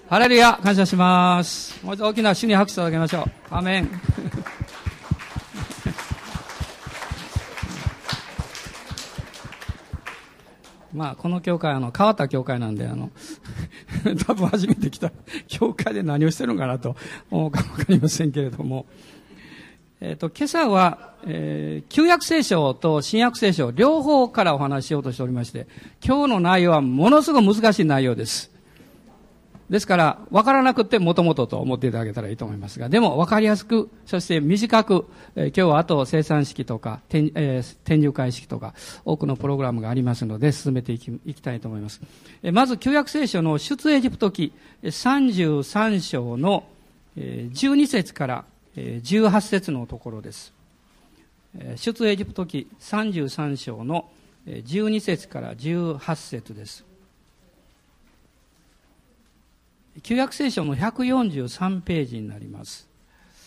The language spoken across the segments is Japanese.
ハレルヤ、感謝します。もう一度大きな主に拍手をあげましょう。アーメン。まあ、この教会、変わった教会なんで、多分初めて来た教会で何をしてるのかなと思うかわかりませんけれども、今朝は、旧約聖書と新約聖書両方からお話ししようとしておりまして、今日の内容はものすごく難しい内容です。ですから、わからなくてもともとと思っていただけたらいいと思いますが、でもわかりやすく、そして短く、今日はあと生産式とか、展示会式とか、多くのプログラムがありますので、進めていきたいと思います。まず、旧約聖書の出エジプト記33章の12節から18節のところです。出エジプト記33章の12節から18節です。旧約聖書の143ページになります。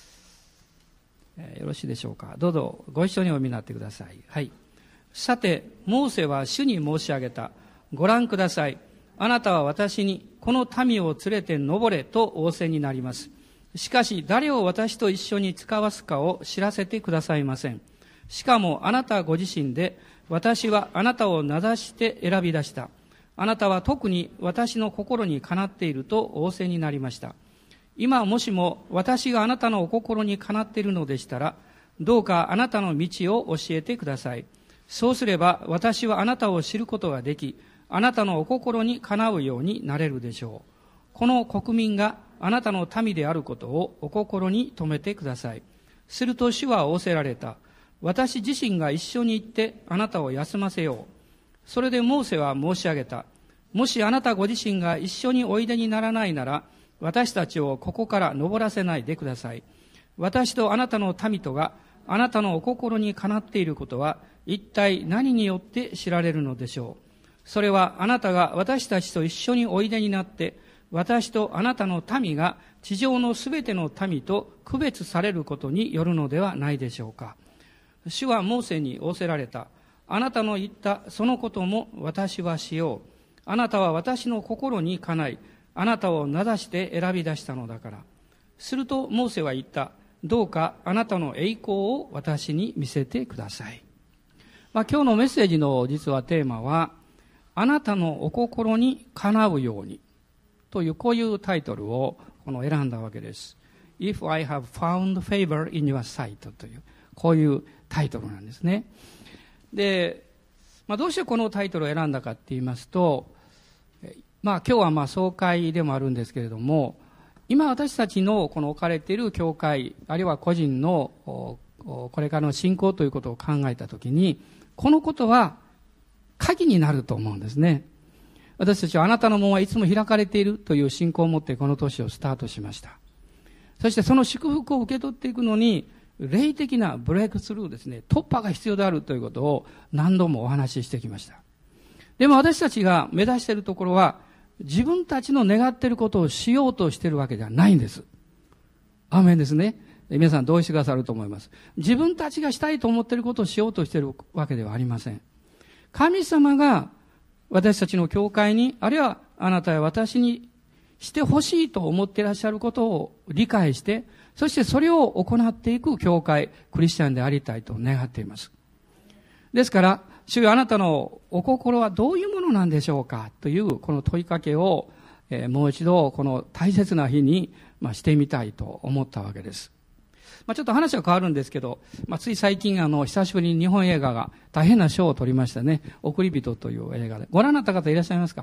よろしいでしょうか。どうぞご一緒にお読みになってください。はい。さて、モーセは主に申し上げた。ご覧ください。あなたは私にこの民を連れて登れと仰せになります。しかし、誰を私と一緒に使わすかを知らせてくださいません。しかも、あなたご自身で、私はあなたを名指して選び出した。あなたは特に私の心にかなっていると仰せになりました。今もしも私があなたのお心にかなっているのでしたら、どうかあなたの道を教えてください。そうすれば私はあなたを知ることができ、あなたのお心にかなうようになれるでしょう。この国民があなたの民であることをお心に留めてください。すると主は仰せられた。私自身が一緒に行ってあなたを休ませよう。それでモーセは申し上げた。もしあなたご自身が一緒においでにならないなら、私たちをここから登らせないでください。私とあなたの民とがあなたのお心にかなっていることは一体何によって知られるのでしょう。それはあなたが私たちと一緒においでになって、私とあなたの民が地上のすべての民と区別されることによるのではないでしょうか。主はモーセに仰せられた。あなたの言ったそのことも私はしよう。あなたは私の心にかない、あなたを名指して選び出したのだから。するとモーセは言った。どうかあなたの栄光を私に見せてください。今日のメッセージの実はテーマは、あなたのお心にかなうようにというこういうタイトルを選んだわけです。If I have found favor in your sight というこういうタイトルなんですね。で、どうしてこのタイトルを選んだかって言いますと、今日は総会でもあるんですけれども、今私たちのこの置かれている教会、あるいは個人のこれからの信仰ということを考えたときに、このことは鍵になると思うんですね。私たちはあなたの門はいつも開かれているという信仰を持ってこの年をスタートしました。そしてその祝福を受け取っていくのに、霊的なブレイクスルーですね、突破が必要であるということを何度もお話ししてきました。でも私たちが目指しているところは、自分たちの願っていることをしようとしているわけではないんです。アーメンですね。皆さん同意してくださると思います。自分たちがしたいと思っていることをしようとしているわけではありません。神様が私たちの教会に、あるいはあなたや私にしてほしいと思っていらっしゃることを理解して、そしてそれを行っていく教会、クリスチャンでありたいと願っています。ですから、主よあなたのお心はどういうものなんでしょうかというこの問いかけを、もう一度この大切な日に、してみたいと思ったわけです。ちょっと話は変わるんですけど、つい最近久しぶりに日本映画が大変な賞を取りましたね。送り人という映画で。ご覧になった方いらっしゃいますか？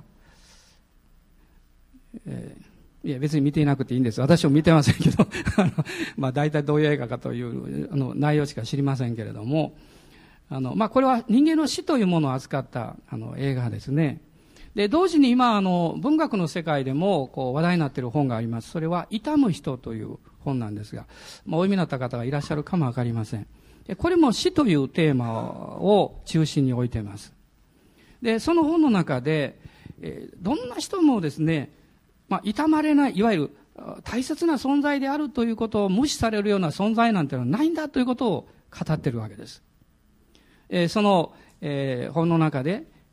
いや別に見ていなくていいんです。私も見てませんけど、大体どういう映画かという内容しか知りませんけれども、これは人間の死というものを扱った映画ですね。で、同時に今文学の世界でも話題になっている本があります。それは悼む人という本なんですが、お読みになった方がいらっしゃるかもわかりません。で、これも死というテーマを中心に置いています。で、その本の中で、どんな人もですね、悼まれない、いわゆる大切な存在であるということを無視されるような存在なんてのはないんだということを語っているわけです。その、本の中で、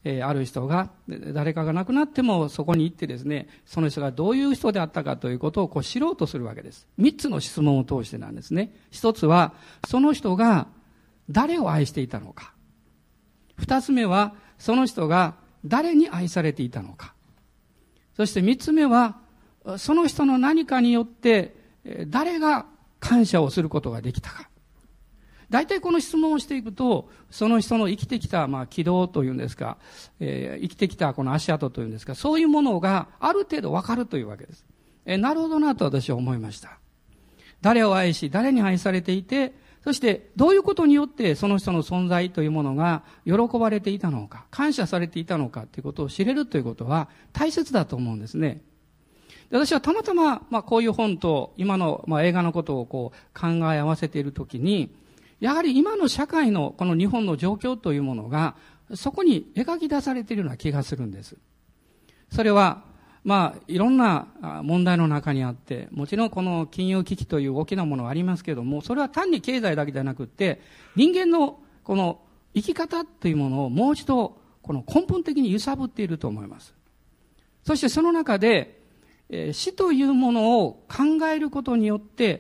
ある人が、誰かが亡くなってもそこに行ってですね、その人がどういう人であったかということを知ろうとするわけです。3つの質問を通してなんですね。1つは、その人が誰を愛していたのか。2つ目は、その人が誰に愛されていたのか。そして3つ目は、その人の何かによって誰が感謝をすることができたか。大体この質問をしていくと、その人の生きてきた、軌道というんですか、生きてきたこの足跡というんですか、そういうものがある程度わかるというわけです。なるほどなと私は思いました。誰を愛し、誰に愛されていて、そしてどういうことによってその人の存在というものが喜ばれていたのか、感謝されていたのかということを知れるということは大切だと思うんですね。私はたまたま、こういう本と今の、映画のことを考え合わせているときに、やはり今の社会のこの日本の状況というものが、そこに描き出されているような気がするんです。それは、いろんな問題の中にあって、もちろんこの金融危機という大きなものはありますけれども、それは単に経済だけではなくって、人間のこの生き方というものをもう一度、この根本的に揺さぶっていると思います。そしてその中で、死というものを考えることによって、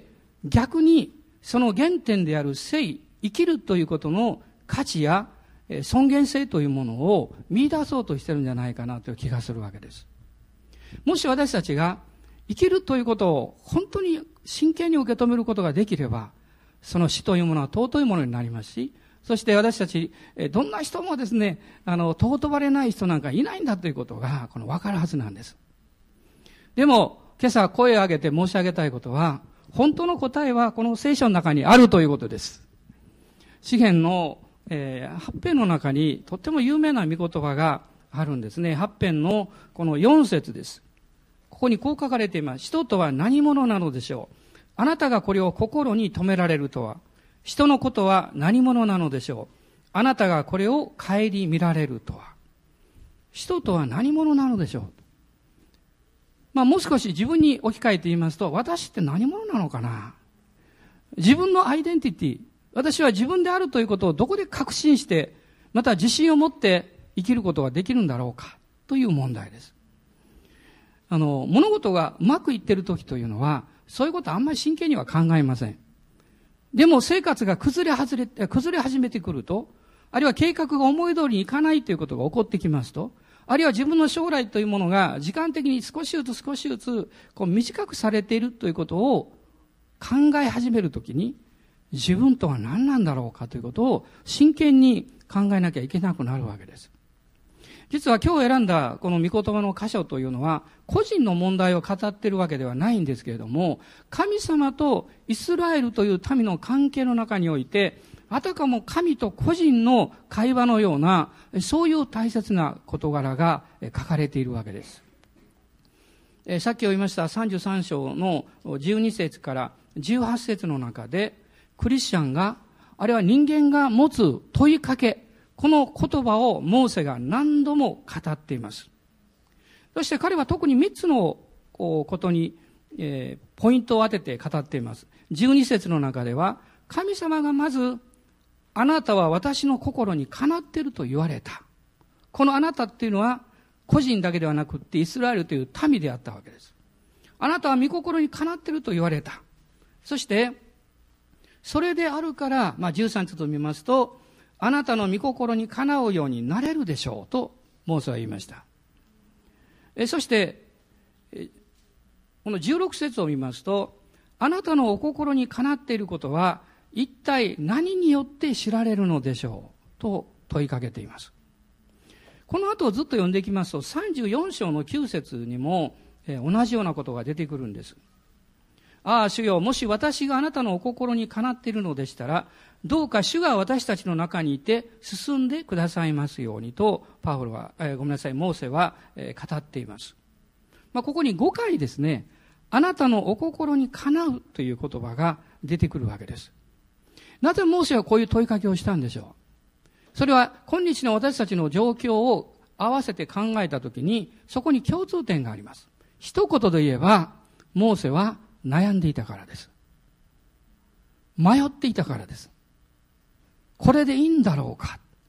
逆にその原点である生きるということの価値や尊厳性というものを見出そうとしているんじゃないかなという気がするわけです。もし私たちが生きるということを本当に真剣に受け止めることができれば、その死というものは尊いものになりますし、そして私たち、どんな人もですね、尊ばれない人なんかいないんだということが、わかるはずなんです。でも、今朝声を上げて申し上げたいことは、本当の答えはこの聖書の中にあるということです。詩編の、8編の中にとっても有名な御言葉があるんですね。8編のこの4節です。ここにこう書かれています。人とは何者なのでしょう。あなたがこれを心に留められるとは。人のことは何者なのでしょう。あなたがこれを顧みられるとは。人とは何者なのでしょう。もう少し自分に置き換えて言いますと、私って何者なのかな。自分のアイデンティティ、私は自分であるということをどこで確信して、また自信を持って生きることができるんだろうかという問題です。物事がうまくいっている時というのは、そういうことあんまり真剣には考えません。でも生活が崩れ始めてくると、あるいは計画が思い通りにいかないということが起こってきますと、あるいは自分の将来というものが時間的に少しずつ短くされているということを考え始めるときに、自分とは何なんだろうかということを真剣に考えなきゃいけなくなるわけです。実は今日選んだこの御言葉の箇所というのは、個人の問題を語っているわけではないんですけれども、神様とイスラエルという民の関係の中において、あたかも神と個人の会話のような、そういう大切な事柄が書かれているわけです。さっき読みました33章の12節から18節の中で、クリスチャンが、あるいは人間が持つ問いかけ、この言葉をモーセが何度も語っています。そして彼は特に3つのことに、ポイントを当てて語っています。12節の中では、神様がまず、あなたは私の心にかなっていると言われた。このあなたっていうのは、個人だけではなくってイスラエルという民であったわけです。あなたは御心にかなっていると言われた。そして、それであるから、13節を見ますと、あなたの御心にかなうようになれるでしょうと、モーセは言いました。そして、この16節を見ますと、あなたのお心にかなっていることは、一体何によって知られるのでしょうと問いかけています。この後をずっと読んでいきますと、34章の9節にも同じようなことが出てくるんです。ああ主よ、もし私があなたのお心にかなっているのでしたら、どうか主が私たちの中にいて進んでくださいますようにと、モーセは語っています。ここに5回ですね、あなたのお心にかなうという言葉が出てくるわけです。なぜモーセはこういう問いかけをしたんでしょう。それは今日の私たちの状況を合わせて考えたときに、そこに共通点があります。一言で言えば、モーセは悩んでいたからです。迷っていたからです。これでいいんだろうか。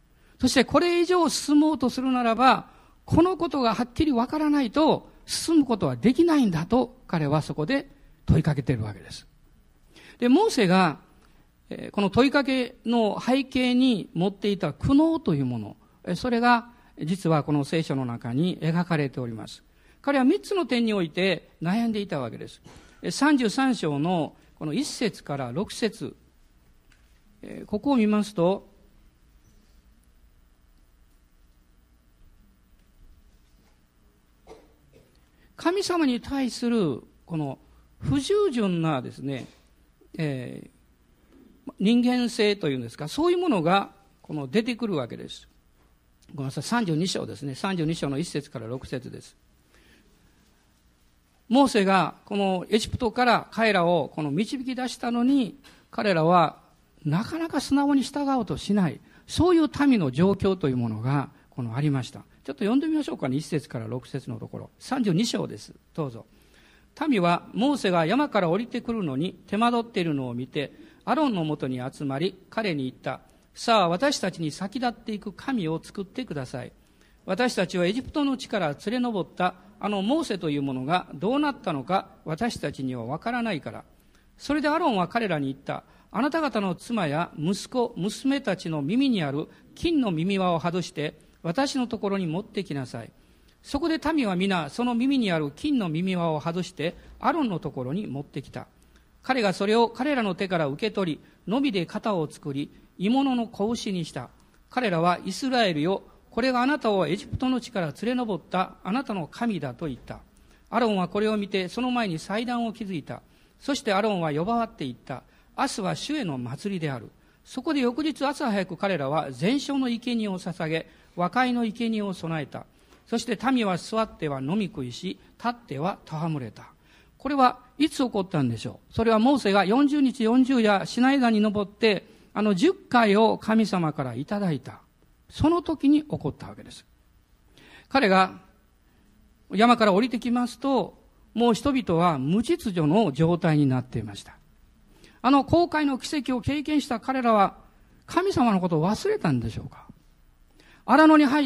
そしてこれ以上進もうとするならば、このことがはっきりわからないと進むことはできないんだと彼はそこで問いかけているわけです。で、モーセがこの問いかけの背景に持っていた苦悩というもの、それが実はこの聖書の中に描かれております。彼は3つの点において悩んでいたわけです。33章のこの1節から6節、ここを見ますと、神様に対するこの不従順なですね、人間性というんですか、そういうものがこの出てくるわけです。ごめんなさい、32章ですね。32章の1節から6節です。モーセがこのエジプトから彼らをこの導き出したのに、彼らはなかなか素直に従おうとしない、そういう民の状況というものがこのありました。ちょっと読んでみましょうかね。1節から6節のところ。32章です。どうぞ。民はモーセが山から降りてくるのに手間取っているのを見て、アロンのもとに集まり、彼に言った。さあ、私たちに先立っていく神を作ってください。私たちはエジプトの地から連れ上ったあのモーセというものがどうなったのか私たちにはわからないから。それでアロンは彼らに言った。あなた方の妻や息子、娘たちの耳にある金の耳輪を外して私のところに持ってきなさい。そこで民は皆その耳にある金の耳輪を外してアロンのところに持ってきた。彼がそれを彼らの手から受け取り、ノミで型を作り、鋳物の子牛にした。彼らはイスラエルよ、これがあなたをエジプトの地から連れ上ったあなたの神だと言った。アロンはこれを見てその前に祭壇を築いた。そしてアロンは呼ばわって言った。明日は主への祭りである。そこで翌日朝早く彼らは全焼の生贄を捧げ、和解の生贄を備えた。そして民は座っては飲み食いし、立っては戯れた。これはいつ起こったんでしょう。それはモーセが40日40夜シナイ山に登って10回を神様からいただいた。その時に起こったわけです。彼が山から降りてきますと、もう人々は無秩序の状態になっていました。航海の奇跡を経験した彼らは神様のことを忘れたんでしょうか。荒野に入って、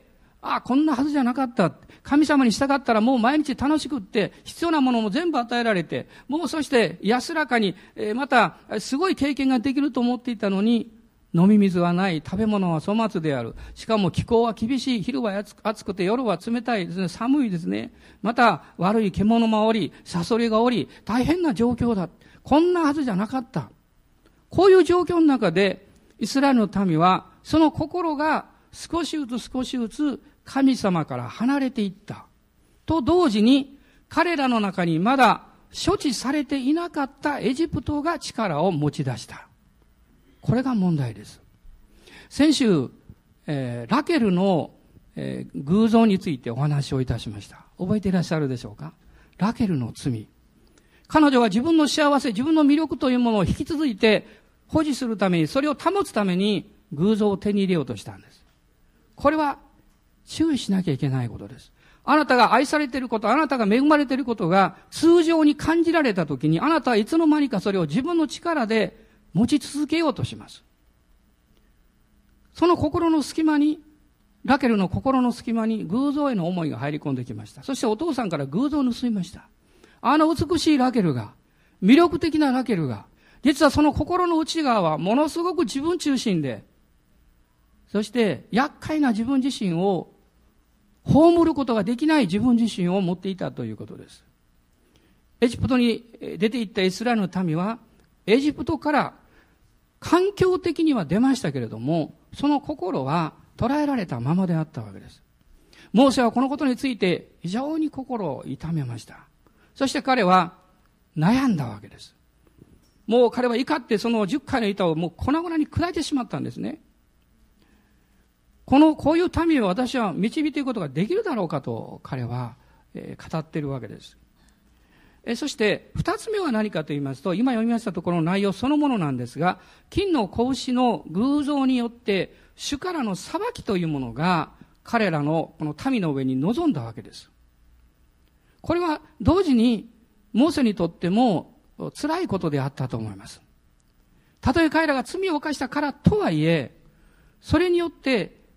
こんなはずじゃなかった。神様に従ったらもう毎日楽しくって、必要なものも全部与えられて、もうそして安らかに、またすごい経験ができると思っていたのに、飲み水はない、食べ物は粗末である。しかも気候は厳しい、昼は暑くて夜は冷たいですね、寒いですね。また悪い獣もおり、サソリがおり、大変な状況だ。こんなはずじゃなかった。こういう状況の中で、イスラエルの民は、その心が少しずつ神様から離れていった。と同時に、彼らの中にまだ処置されていなかったエジプトが力を持ち出した。これが問題です。先週、ラケルの、偶像についてお話をいたしました。覚えていらっしゃるでしょうか。ラケルの罪。彼女は自分の幸せ、自分の魅力というものを引き続いて保持するために、それを保つために偶像を手に入れようとしたんです。これは注意しなきゃいけないことです。あなたが愛されていること、あなたが恵まれていることが通常に感じられたときに、あなたはいつの間にかそれを自分の力で持ち続けようとします。その心の隙間に、ラケルの心の隙間に偶像への思いが入り込んできました。そしてお父さんから偶像を盗みました。美しいラケルが、魅力的なラケルが、実はその心の内側はものすごく自分中心で、そして厄介な自分自身を葬ることができない自分自身を持っていたということです。エジプトに出て行ったイスラエルの民は、エジプトから環境的には出ましたけれども、その心は捉えられたままであったわけです。モーセはこのことについて非常に心を痛めました。そして彼は悩んだわけです。もう彼は怒ってその10回の板をもう粉々に砕いてしまったんですね。こういう民を私は導いていくことができるだろうかと彼は語っているわけです。そして二つ目は何かと言いますと、今読みましたところの内容そのものなんですが、金の子牛の偶像によって主からの裁きというものが彼らのこの民の上に臨んだわけです。これは同時にモーセにとっても辛いことであったと思います。たとえ彼らが罪を犯したからとはいえ、それによって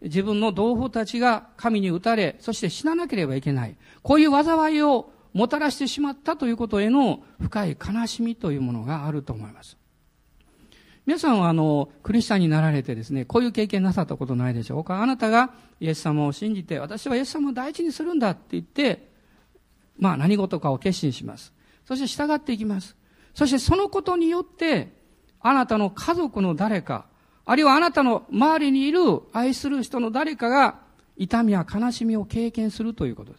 自分の同胞たちが神に打たれ、そして死ななければいけない。こういう災いをもたらしてしまったということへの深い悲しみというものがあると思います。皆さんはクリスチャンになられてですね、こういう経験なさったことないでしょうか。あなたがイエス様を信じて、私はイエス様を第一にするんだって言って、何事かを決心します。そして従っていきます。そしてそのことによって、あなたの家族の誰か、あるいはあなたの周りにいる愛する人の誰かが痛みや悲しみを経験するということです。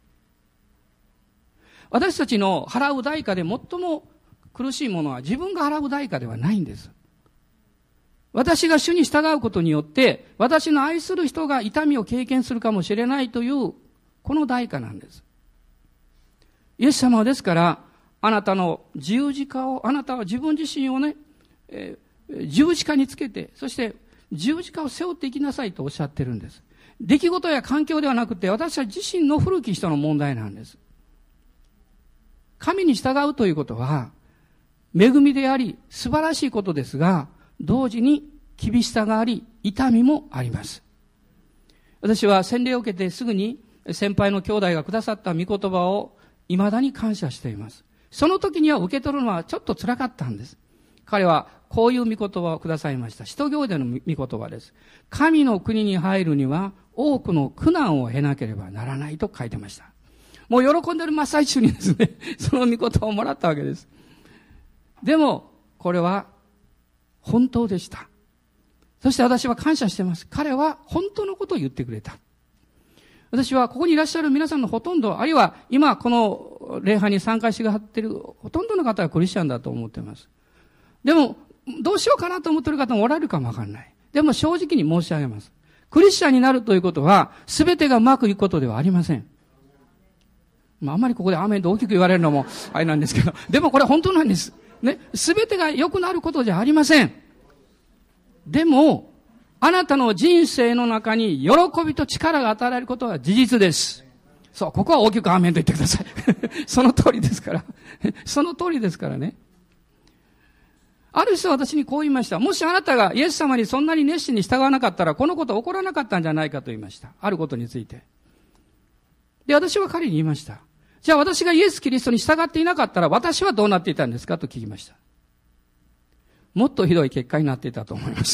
私たちの払う代価で最も苦しいものは自分が払う代価ではないんです。私が主に従うことによって私の愛する人が痛みを経験するかもしれないというこの代価なんです。イエス様はですからあなたの十字架を、あなたは自分自身をね、十字架につけて、そして十字架を背負っていきなさいとおっしゃってるんです。出来事や環境ではなくて私は自身の古き人の問題なんです。神に従うということは恵みであり素晴らしいことですが、同時に厳しさがあり痛みもあります。私は洗礼を受けてすぐに先輩の兄弟がくださった御言葉を未だに感謝しています。その時には受け取るのはちょっと辛かったんです。彼はこういう御言葉をくださいました。使徒行伝の御言葉です。神の国に入るには多くの苦難を経なければならないと書いてました。もう喜んでる真っ最中にですね、その御言葉をもらったわけです。でも、これは本当でした。そして私は感謝してます。彼は本当のことを言ってくれた。私はここにいらっしゃる皆さんのほとんど、あるいは今この礼拝に参加してくださっているほとんどの方はクリスチャンだと思っています。でも、どうしようかなと思っている方もおられるかもわかんない。でも正直に申し上げます。クリスチャンになるということは、すべてがうまくいくことではありません。あんまりここでアーメンと大きく言われるのもあれなんですけど、でもこれ本当なんです。ね。すべてが良くなることじゃありません。でも、あなたの人生の中に喜びと力が与えられることは事実です。そう、ここは大きくアーメンと言ってください。その通りですから。その通りですからね。ある人は私にこう言いました。もしあなたがイエス様にそんなに熱心に従わなかったら、このことは起こらなかったんじゃないかと言いました。あることについて。で、私は彼に言いました。じゃあ私がイエス・キリストに従っていなかったら、私はどうなっていたんですかと聞きました。もっとひどい結果になっていたと思います。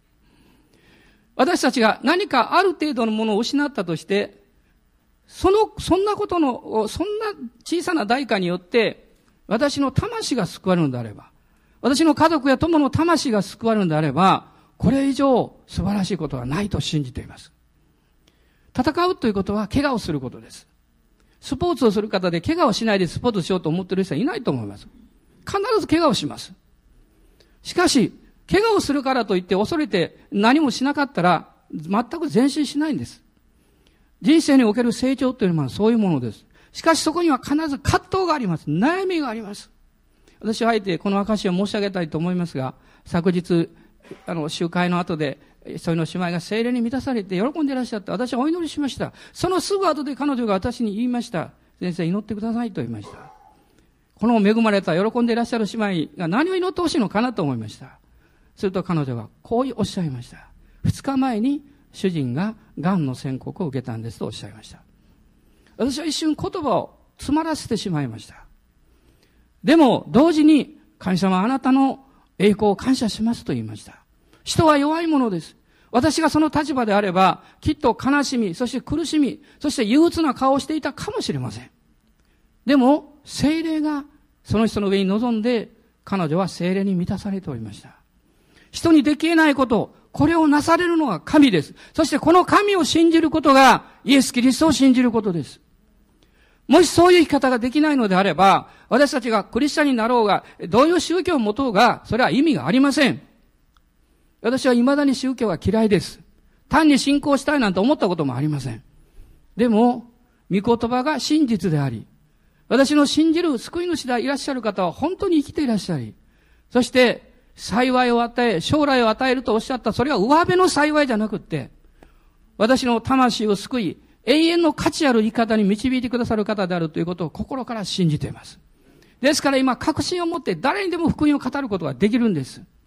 私たちが何かある程度のものを失ったとして、そんなことの、そんな小さな代価によって、私の魂が救われるのであれば、私の家族や友の魂が救われるのであれば、これ以上素晴らしいことはないと信じています。戦うということは怪我をすることです。スポーツをする方で怪我をしないでスポーツしようと思っている人はいないと思います。必ず怪我をします。しかし、怪我をするからといって恐れて何もしなかったら全く前進しないんです。人生における成長というのはそういうものです。しかしそこには必ず葛藤があります。悩みがあります。私はあえてこの証を申し上げたいと思いますが、昨日、集会の後で、その姉妹が聖霊に満たされて喜んでいらっしゃって、私はお祈りしました。そのすぐ後で彼女が私に言いました。先生、祈ってくださいと言いました。この恵まれた喜んでいらっしゃる姉妹が何を祈ってほしいのかなと思いました。すると彼女がこうおっしゃいました。2日前に主人が癌の宣告を受けたんですとおっしゃいました。私は一瞬言葉を詰まらせてしまいました。でも同時に神様はあなたの栄光を感謝しますと言いました。人は弱いものです。私がその立場であればきっと悲しみ、そして苦しみ、そして憂鬱な顔をしていたかもしれません。でも聖霊がその人の上に臨んで彼女は聖霊に満たされておりました。人にでき得ないこと、これをなされるのは神です。そしてこの神を信じることがイエス・キリストを信じることです。もしそういう生き方ができないのであれば、私たちがクリスチャンになろうが、どういう宗教を持とうが、それは意味がありません。私は未だに宗教が嫌いです。単に信仰したいなんて思ったこともありません。でも、御言葉が真実であり、私の信じる救い主でいらっしゃる方は本当に生きていらっしゃり、そして幸いを与え、将来を与えるとおっしゃった、それは上辺の幸いじゃなくって、私の魂を救い、永遠の価値ある生き方に導いてくださる方であるということを心から信じています。ですから今確信を持って誰にでも福音を語ることができるんです。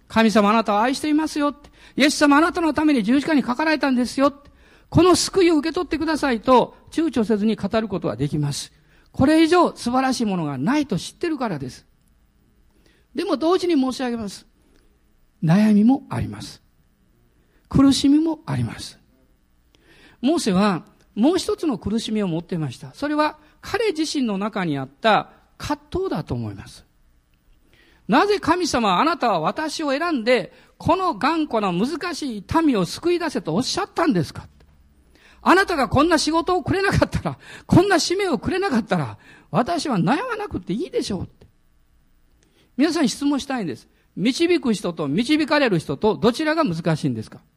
神様あなたを愛していますよって。イエス様あなたのために十字架にかかられたんですよって。この救いを受け取ってくださいと躊躇せずに語ることができます。これ以上素晴らしいものがないと知ってるからです。でも同時に申し上げます。悩みもあります。苦しみもあります。モーセはもう一つの苦しみを持っていました。それは彼自身の中にあった葛藤だと思います。なぜ神様はあなたは私を選んでこの頑固な難しい民を救い出せとおっしゃったんですか。あなたがこんな仕事をくれなかったら、こんな使命をくれなかったら、私は悩まなくていいでしょうって。皆さんに質問したいんです。導く人と導かれる人とどちらが難しいんですか？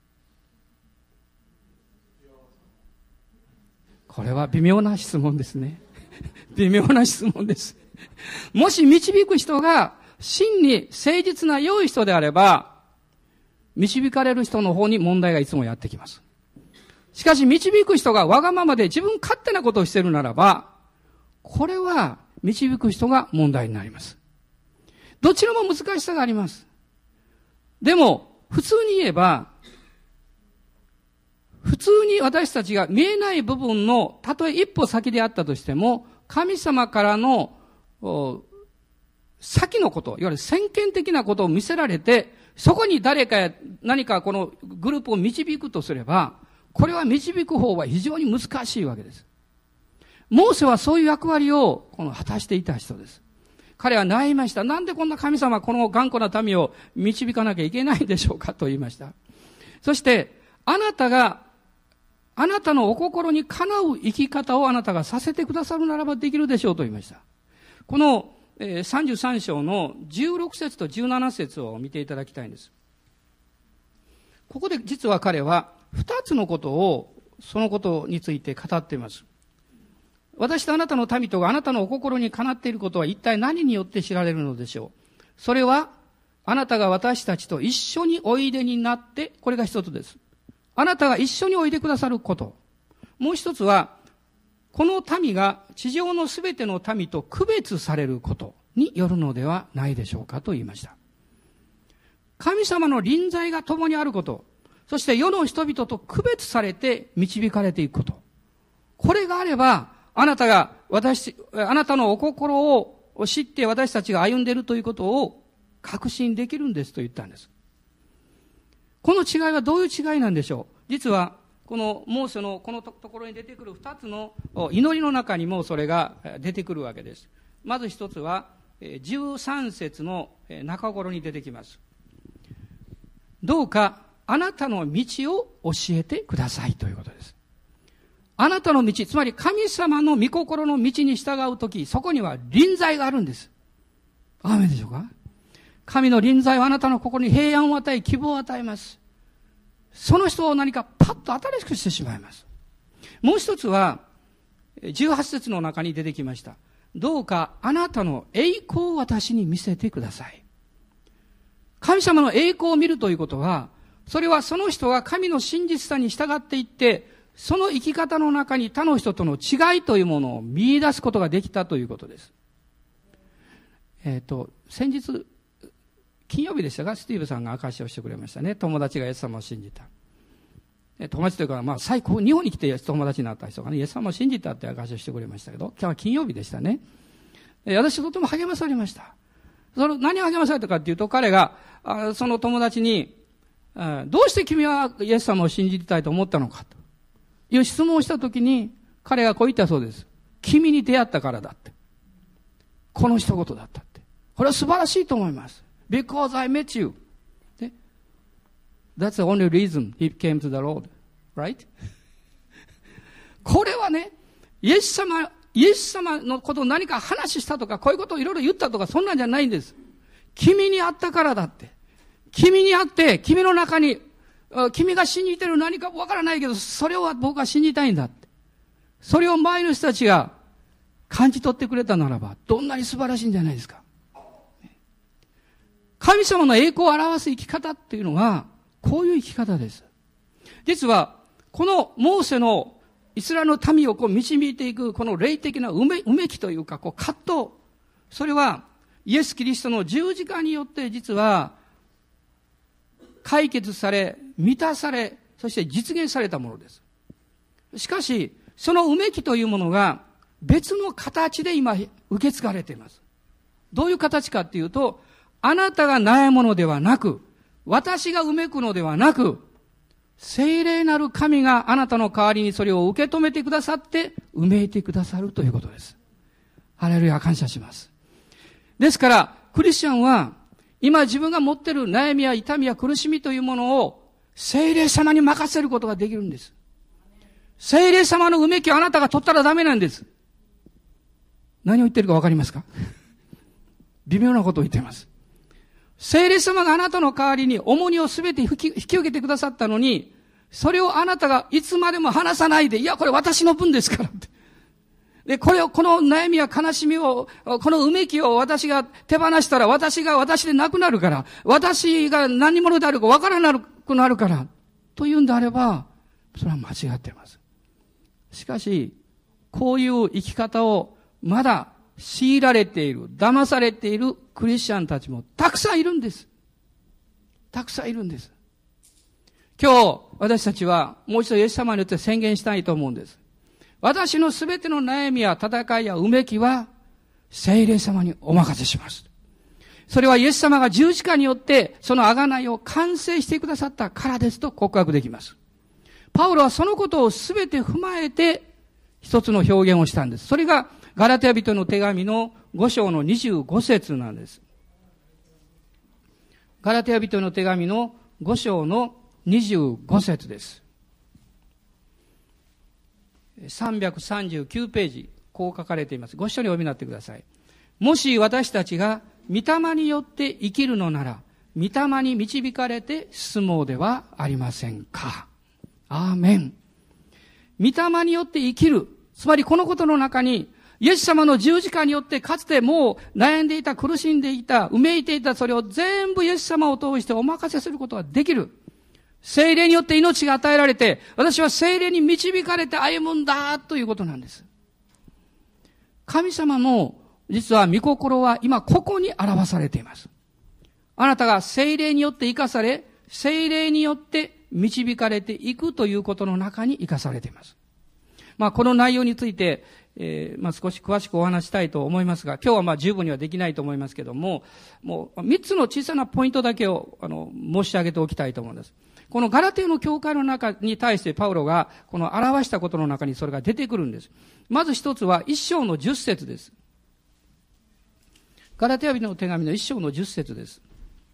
これは微妙な質問ですね。微妙な質問です。もし導く人が真に誠実な良い人であれば、導かれる人の方に問題がいつもやってきます。しかし導く人がわがままで自分勝手なことをしているならば、これは導く人が問題になります。どちらも難しさがあります。でも、普通に言えば、普通に私たちが見えない部分の、たとえ一歩先であったとしても、神様からの先のこと、いわゆる先見的なことを見せられて、そこに誰かや何かこのグループを導くとすれば、これは導く方は非常に難しいわけです。モーセはそういう役割を果たしていた人です。彼は悩みました。なんでこんな神様この頑固な民を導かなきゃいけないんでしょうかと言いました。そして、あなたのお心にかなう生き方をあなたがさせてくださるならばできるでしょうと言いました。この33章の16節と17節を見ていただきたいんです。ここで実は彼は2つのことを、そのことについて語っています。私とあなたの民とがあなたのお心にかなっていることは一体何によって知られるのでしょう。それは、あなたが私たちと一緒においでになって、これが一つです。あなたが一緒においでくださること。もう一つは、この民が地上のすべての民と区別されることによるのではないでしょうかと言いました。神様の臨在が共にあること、そして世の人々と区別されて導かれていくこと。これがあれば、あなたのお心を知って私たちが歩んでいるということを確信できるんですと言ったんです。この違いはどういう違いなんでしょう。実は、このモーセのこのところに出てくる二つの祈りの中にもそれが出てくるわけです。まず一つは、13節の中頃に出てきます。どうかあなたの道を教えてくださいということです。あなたの道、つまり神様の御心の道に従うとき、そこには臨在があるんです。アーメンでしょうか。神の臨在はあなたの心に平安を与え、希望を与えます。その人を何かパッと新しくしてしまいます。もう一つは、18節の中に出てきました。どうかあなたの栄光を私に見せてください。神様の栄光を見るということは、それはその人が神の真実さに従っていって、その生き方の中に他の人との違いというものを見出すことができたということです。先日、金曜日でしたが、スティーブさんが証しをしてくれましたね。友達がイエス様を信じた。友達というか、最高、日本に来て友達になった人がね、イエス様を信じたって証しをしてくれましたけど、今日は金曜日でしたね。私とても励まされました。何を励まされたかっていうと、彼が、その友達に、どうして君はイエス様を信じたいと思ったのかという質問をしたときに、彼がこう言ったそうです。君に出会ったからだって。この一言だったって。これは素晴らしいと思います。Because I met you. That's the only reason he came to the Lord. Right? これはね、イエス様のことを何か話したとか、こういうことをいろいろ言ったとか、そんなんじゃないんです。君に会ったからだって。君に会って、君の中に、君が信じてる何かわからないけど、それを僕は信じたいんだって。それを周りの人たちが感じ取ってくれたならば、どんなに素晴らしいんじゃないですか。神様の栄光を表す生き方っていうのは、こういう生き方です。実は、このモーセのイスラエルの民を導いていく、この霊的なうめきというか、葛藤。それは、イエス・キリストの十字架によって実は、 解決され、満たされ、そして実現されたものです。しかし、そのうめきというものが別の形で今受け継がれています。どういう形かっていうと、あなたが悩むのではなく、私がうめくのではなく、聖霊なる神があなたの代わりにそれを受け止めてくださって、うめいてくださるということです。ハレルヤ、感謝します。ですから、クリスチャンは、今自分が持っている悩みや痛みや苦しみというものを、聖霊様に任せることができるんです。聖霊様のうめきをあなたが取ったらダメなんです。何を言ってるかわかりますか？微妙なことを言っています。聖霊様があなたの代わりに重荷をすべて引き受けてくださったのに、それをあなたがいつまでも離さないで、いや、これ私の分ですからって。で、この悩みや悲しみを、このうめきを私が手放したら、私が私でなくなるから、私が何者であるかわからなくなるから、というんであれば、それは間違っています。しかし、こういう生き方をまだ強いられている、騙されているクリスチャンたちもたくさんいるんです。たくさんいるんです。今日、私たちはもう一度イエス様によって宣言したいと思うんです。私のすべての悩みや戦いやうめきは、聖霊様にお任せします。それはイエス様が十字架によってその贖いを完成してくださったからですと告白できます。パウロはそのことをすべて踏まえて一つの表現をしたんです。それがガラテヤ人の手紙の5章の25節なんです。ガラテヤ人の手紙の5章の25節です。339ページ、こう書かれています。ご一緒にお読みになってください。もし私たちが御霊によって生きるのなら、御霊に導かれて進もうではありませんか。アーメン。御霊によって生きる。つまりこのことの中に、イエス様の十字架によってかつてもう悩んでいた、苦しんでいた、うめいていた、それを全部イエス様を通してお任せすることができる。聖霊によって命が与えられて、私は聖霊に導かれて歩むんだということなんです。神様の実は御心は今ここに表されています。あなたが聖霊によって生かされ、聖霊によって導かれていくということの中に生かされています。この内容について、少し詳しくお話したいと思いますが、今日は十分にはできないと思いますけども、もう3つの小さなポイントだけを申し上げておきたいと思います。このガラテヤの教会の中に対してパウロがこの表したことの中にそれが出てくるんです。まず一つは1章の10節です。ガラテヤ人の手紙の1章の10節です。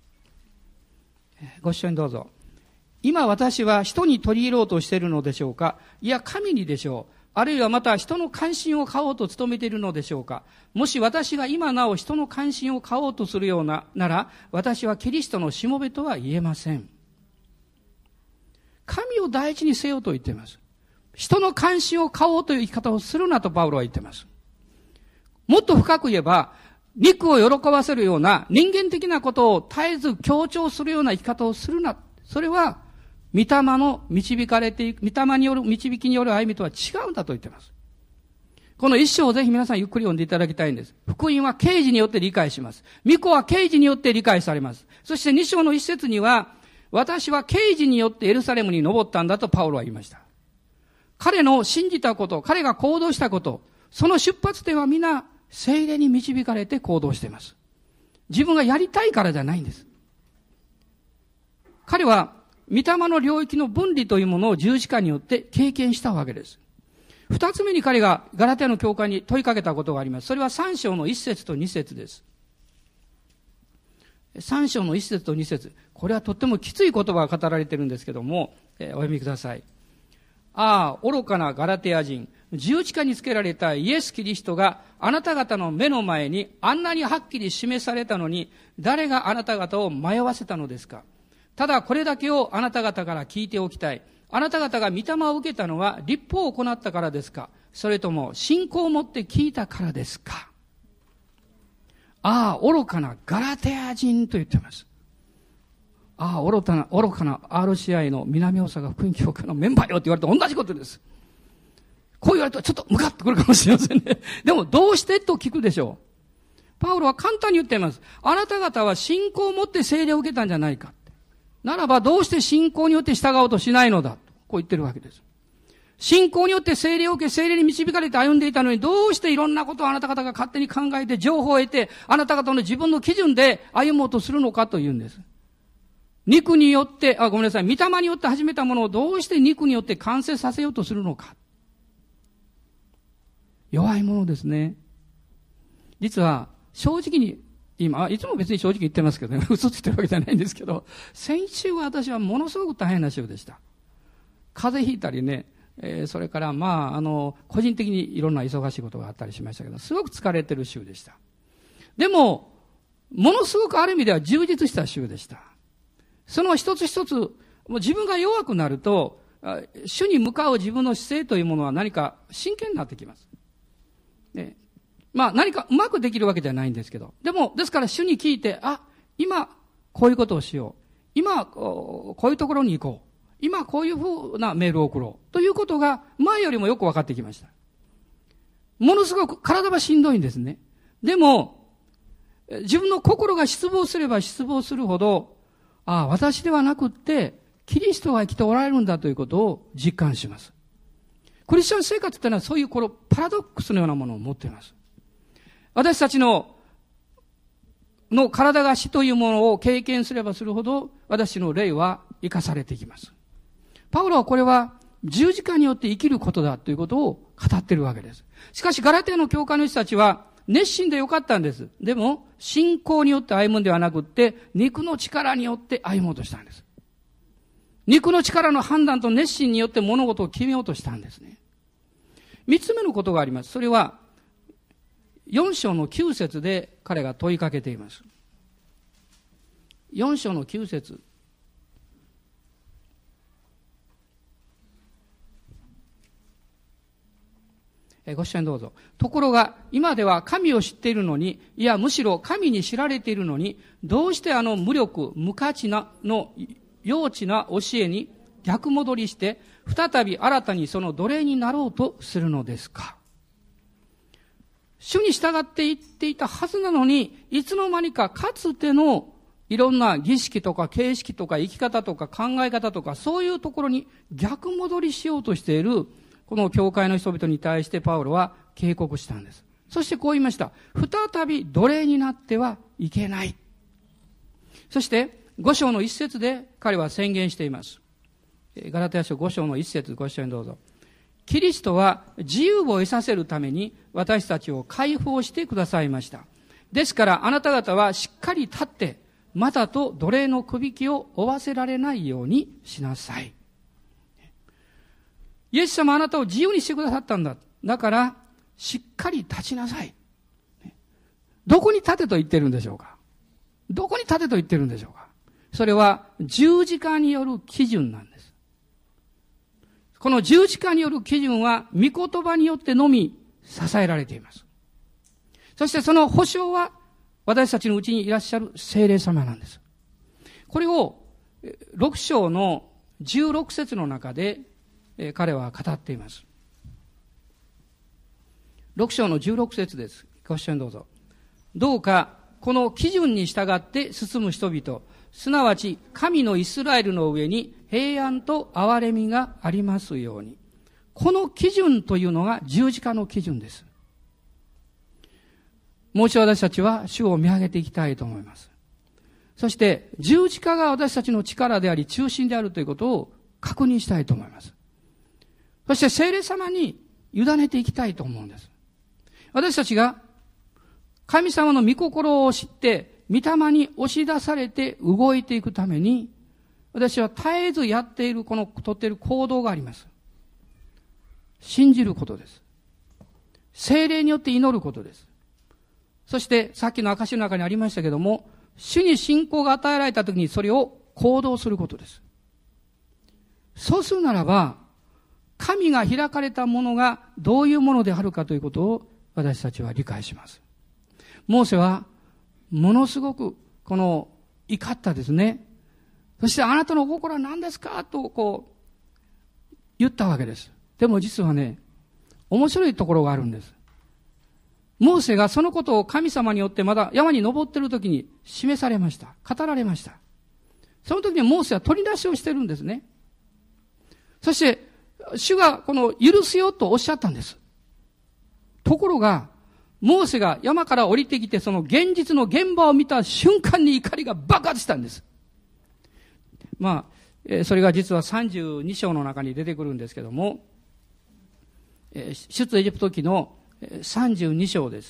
ご一緒にどうぞ。今私は人に取り入ろうとしているのでしょうか。いや神にでしょう。あるいはまた人の関心を買おうと努めているのでしょうか。もし私が今なお人の関心を買おうとするようなら、私はキリストのしもべとは言えません。神を第一にせよと言っています。人の関心を買おうという生き方をするなとパウロは言っています。もっと深く言えば、肉を喜ばせるような人間的なことを絶えず強調するような生き方をするな。それは、御霊の導かれていく、御霊による導きによる歩みとは違うんだと言っています。この一章をぜひ皆さんゆっくり読んでいただきたいんです。福音は啓示によって理解します。御子は啓示によって理解されます。そして2章の一節には、私は啓示によってエルサレムに登ったんだとパウロは言いました。彼の信じたこと、彼が行動したこと、その出発点は皆聖霊に導かれて行動しています。自分がやりたいからじゃないんです。彼は御霊の領域の分離というものを十字架によって経験したわけです。二つ目に彼がガラテヤの教会に問いかけたことがあります。それは3章の1節と2節です。3章の1節と2節。これはとってもきつい言葉が語られているんですけども、お読みください。ああ、愚かなガラテヤ人。十字架につけられたイエス・キリストがあなた方の目の前にあんなにはっきり示されたのに、誰があなた方を迷わせたのですか。ただこれだけをあなた方から聞いておきたい。あなた方が御霊を受けたのは律法を行ったからですか、それとも信仰を持って聞いたからですか。ああ、愚かなガラテヤ人と言っています。ああ、愚かな RCI の南大阪福音教会のメンバーよって言われて同じことです。こう言われるとちょっとムカッとくるかもしれませんね。でもどうしてと聞くでしょう。パウロは簡単に言っています。あなた方は信仰を持って聖霊を受けたんじゃないか。 ならばどうして信仰によって従おうとしないのだ。こう言ってるわけです。信仰によって聖霊を受け、聖霊に導かれて歩んでいたのに、どうしていろんなことをあなた方が勝手に考えて、情報を得て、あなた方の自分の基準で歩もうとするのかというんです。肉によって、ごめんなさい、御霊によって始めたものをどうして肉によって完成させようとするのか。弱いものですね。実は、正直に、今、いつも別に正直言ってますけどね、嘘ついてるわけじゃないんですけど、先週は私はものすごく大変な週でした。風邪ひいたりね、それから個人的にいろんな忙しいことがあったりしましたけど、すごく疲れてる週でした。でも、ものすごくある意味では充実した週でした。その一つ一つ、もう自分が弱くなると、主に向かう自分の姿勢というものは何か真剣になってきます。ね、何かうまくできるわけじゃないんですけど。でも、ですから主に聞いて、今、こういうことをしよう。今、こういうところに行こう。今、こういうふうなメールを送ろう。ということが、前よりもよく分かってきました。ものすごく体はしんどいんですね。でも、自分の心が失望すれば失望するほど、私ではなくって、キリストが生きておられるんだということを実感します。クリスチャン生活ってのはそういうパラドックスのようなものを持っています。私たちの体が死というものを経験すればするほど、私の霊は生かされていきます。パウロはこれは十字架によって生きることだということを語っているわけです。しかしガラテヤの教会の人たちは熱心でよかったんです。でも、信仰によって歩むんではなくって、肉の力によって歩もうとしたんです。肉の力の判断と熱心によって物事を決めようとしたんですね。三つ目のことがあります。それは、4章の9節で彼が問いかけています。4章の9節。ご視聴どうぞ。ところが、今では神を知っているのに、いや、むしろ神に知られているのに、どうして無力、無価値な、幼稚な教えに逆戻りして、再び新たにその奴隷になろうとするのですか。主に従っていっていたはずなのに、いつの間にかかつてのいろんな儀式とか形式とか生き方とか考え方とか、そういうところに逆戻りしようとしている、この教会の人々に対してパウロは警告したんです。そしてこう言いました。再び奴隷になってはいけない。そして5章の一節で彼は宣言しています。ガラテヤ書5章の一節、ご一緒にどうぞ。キリストは自由を得させるために私たちを解放してくださいました。ですからあなた方はしっかり立って、またと奴隷のくびきを負わせられないようにしなさい。イエス様あなたを自由にしてくださったんだ。だから、しっかり立ちなさい。どこに立てと言ってるんでしょうか。どこに立てと言ってるんでしょうか。それは十字架による基準なんです。この十字架による基準は、御言葉によってのみ支えられています。そしてその保証は、私たちのうちにいらっしゃる聖霊様なんです。これを、6章の16節の中で、彼は語っています。6章の16節です。ご一緒にどうぞ。どうかこの基準に従って進む人々、すなわち神のイスラエルの上に平安と憐れみがありますように。この基準というのが十字架の基準です。もう一度私たちは主を見上げていきたいと思います。そして十字架が私たちの力であり中心であるということを確認したいと思います。そして聖霊様に委ねていきたいと思うんです。私たちが神様の御心を知って、御霊に押し出されて動いていくために、私は絶えずやっている取っている行動があります。信じることです。聖霊によって祈ることです。そしてさっきの証の中にありましたけども、主に信仰が与えられたときにそれを行動することです。そうするならば、神が開かれたものがどういうものであるかということを私たちは理解します。モーセはものすごく怒ったですね。そしてあなたの心は何ですかと言ったわけです。でも実はね、面白いところがあるんです。モーセがそのことを神様によってまだ山に登っている時に示されました。語られました。 その時にモーセは取り出しをしてるんですね。そして、主がこの許すよとおっしゃったんです。ところが、モーセが山から降りてきて、その現実の現場を見た瞬間に怒りが爆発したんです。それが実は32章の中に出てくるんですけども、出エジプト記の32章です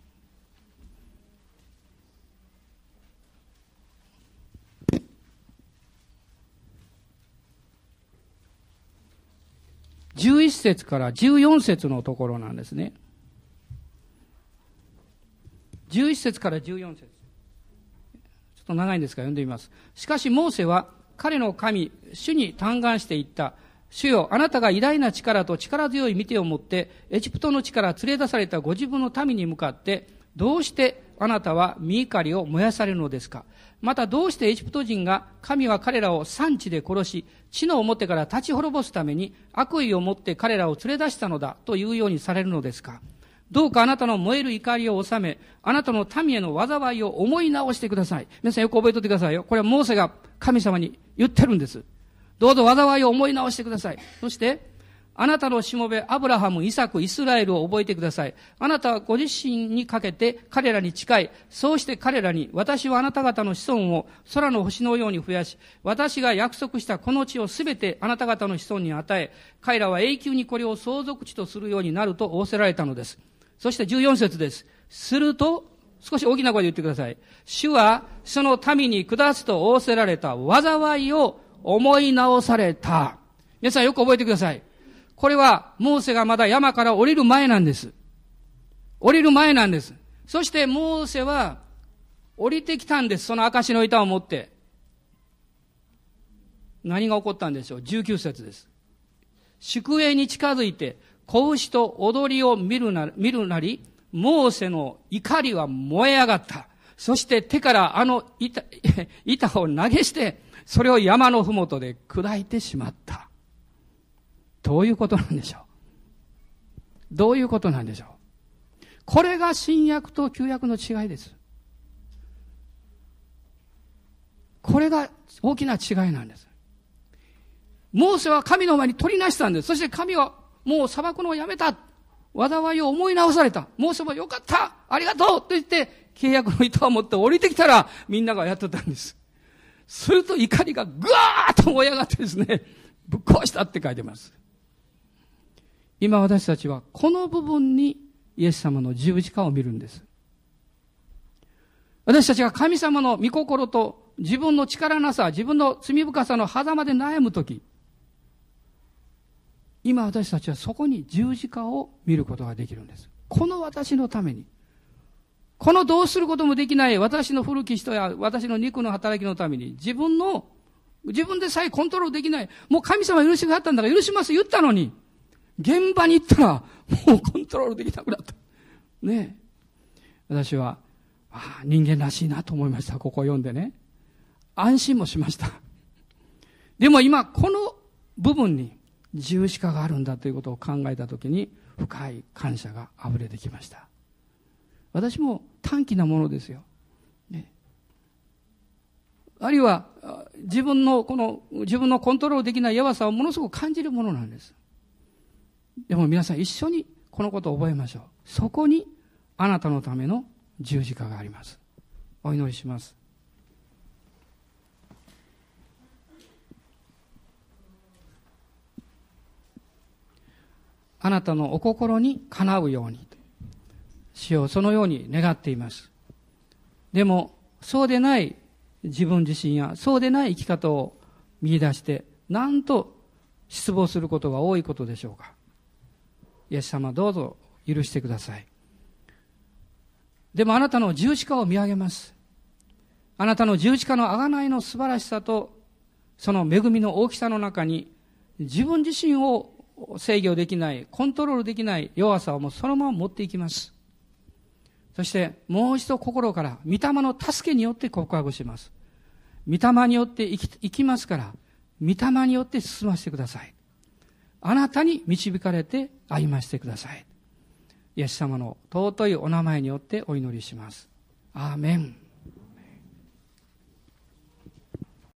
。11節から14節のところなんですね。11節から14節。ちょっと長いんですが読んでみます。しかしモーセは彼の神、主に嘆願して言った。主よ、あなたが偉大な力と力強い御手を持って、エジプトの地から連れ出されたご自分の民に向かって、どうしてあなたは御怒りを燃やされるのですか。またどうしてエジプト人が神は彼らを産地で殺し、地の表から立ち滅ぼすために悪意を持って彼らを連れ出したのだというようにされるのですか。どうかあなたの燃える怒りを収め、あなたの民への災いを思い直してください。皆さんよく覚えておいてくださいよ。これはモーセが神様に言ってるんです。どうぞ災いを思い直してください。そして、あなたのしもべ、アブラハム、イサク、イスラエルを覚えてください。あなたはご自身にかけて彼らに近い。そうして彼らに、私はあなた方の子孫を空の星のように増やし、私が約束したこの地をすべてあなた方の子孫に与え、彼らは永久にこれを相続地とするようになると仰せられたのです。そして14節です。すると、少し大きな声で言ってください。主はその民に下すと仰せられた災いを思い直された。皆さんよく覚えてください。これはモーセがまだ山から降りる前なんです。降りる前なんです。そしてモーセは降りてきたんです。その証の板を持って。何が起こったんでしょう。19節です。宿営に近づいて子牛と踊りを見るなり、モーセの怒りは燃え上がった。そして手から板を投げして、それを山のふもとで砕いてしまった。どういうことなんでしょう。どういうことなんでしょう。これが新約と旧約の違いです。これが大きな違いなんです。モーセは神の前に取りなしたんです。そして神はもう裁くのをやめた。災いを思い直された。モーセもよかった。ありがとうと言って契約の板を持って降りてきたらみんながやってたんです。すると怒りがぐわーっと燃え上がってですね、ぶっ壊したって書いてます。今私たちはこの部分にイエス様の十字架を見るんです。私たちが神様の御心と自分の力なさ、自分の罪深さの狭間で悩むとき、今私たちはそこに十字架を見ることができるんです。この私のために、このどうすることもできない私の古き人や私の肉の働きのために、自分でさえコントロールできない、もう神様許してくださったんだから許します言ったのに、現場に行ったらもうコントロールできなくなった。ねえ。私は、人間らしいなと思いました。ここを読んでね。安心もしました。でも今、この部分に十字架があるんだということを考えたときに、深い感謝が溢れてきました。私も短気なものですよ。ね、あるいは、自分のコントロールできない弱さをものすごく感じるものなんです。でも皆さん一緒にこのことを覚えましょう。そこにあなたのための十字架があります。お祈りします。あなたのお心にかなうように、主よそのように願っています。でもそうでない自分自身やそうでない生き方を見出してなんと失望することが多いことでしょうか。イエス様どうぞ許してください。でもあなたの十字架を見上げます。あなたの十字架の贖いの素晴らしさとその恵みの大きさの中に自分自身を制御できない、コントロールできない弱さをもうそのまま持っていきます。そしてもう一度心から御霊の助けによって告白します。御霊によって生きますから、御霊によって進ませてください。あなたに導かれて歩ませてください。イエス様の尊いお名前によってお祈りします。アーメン。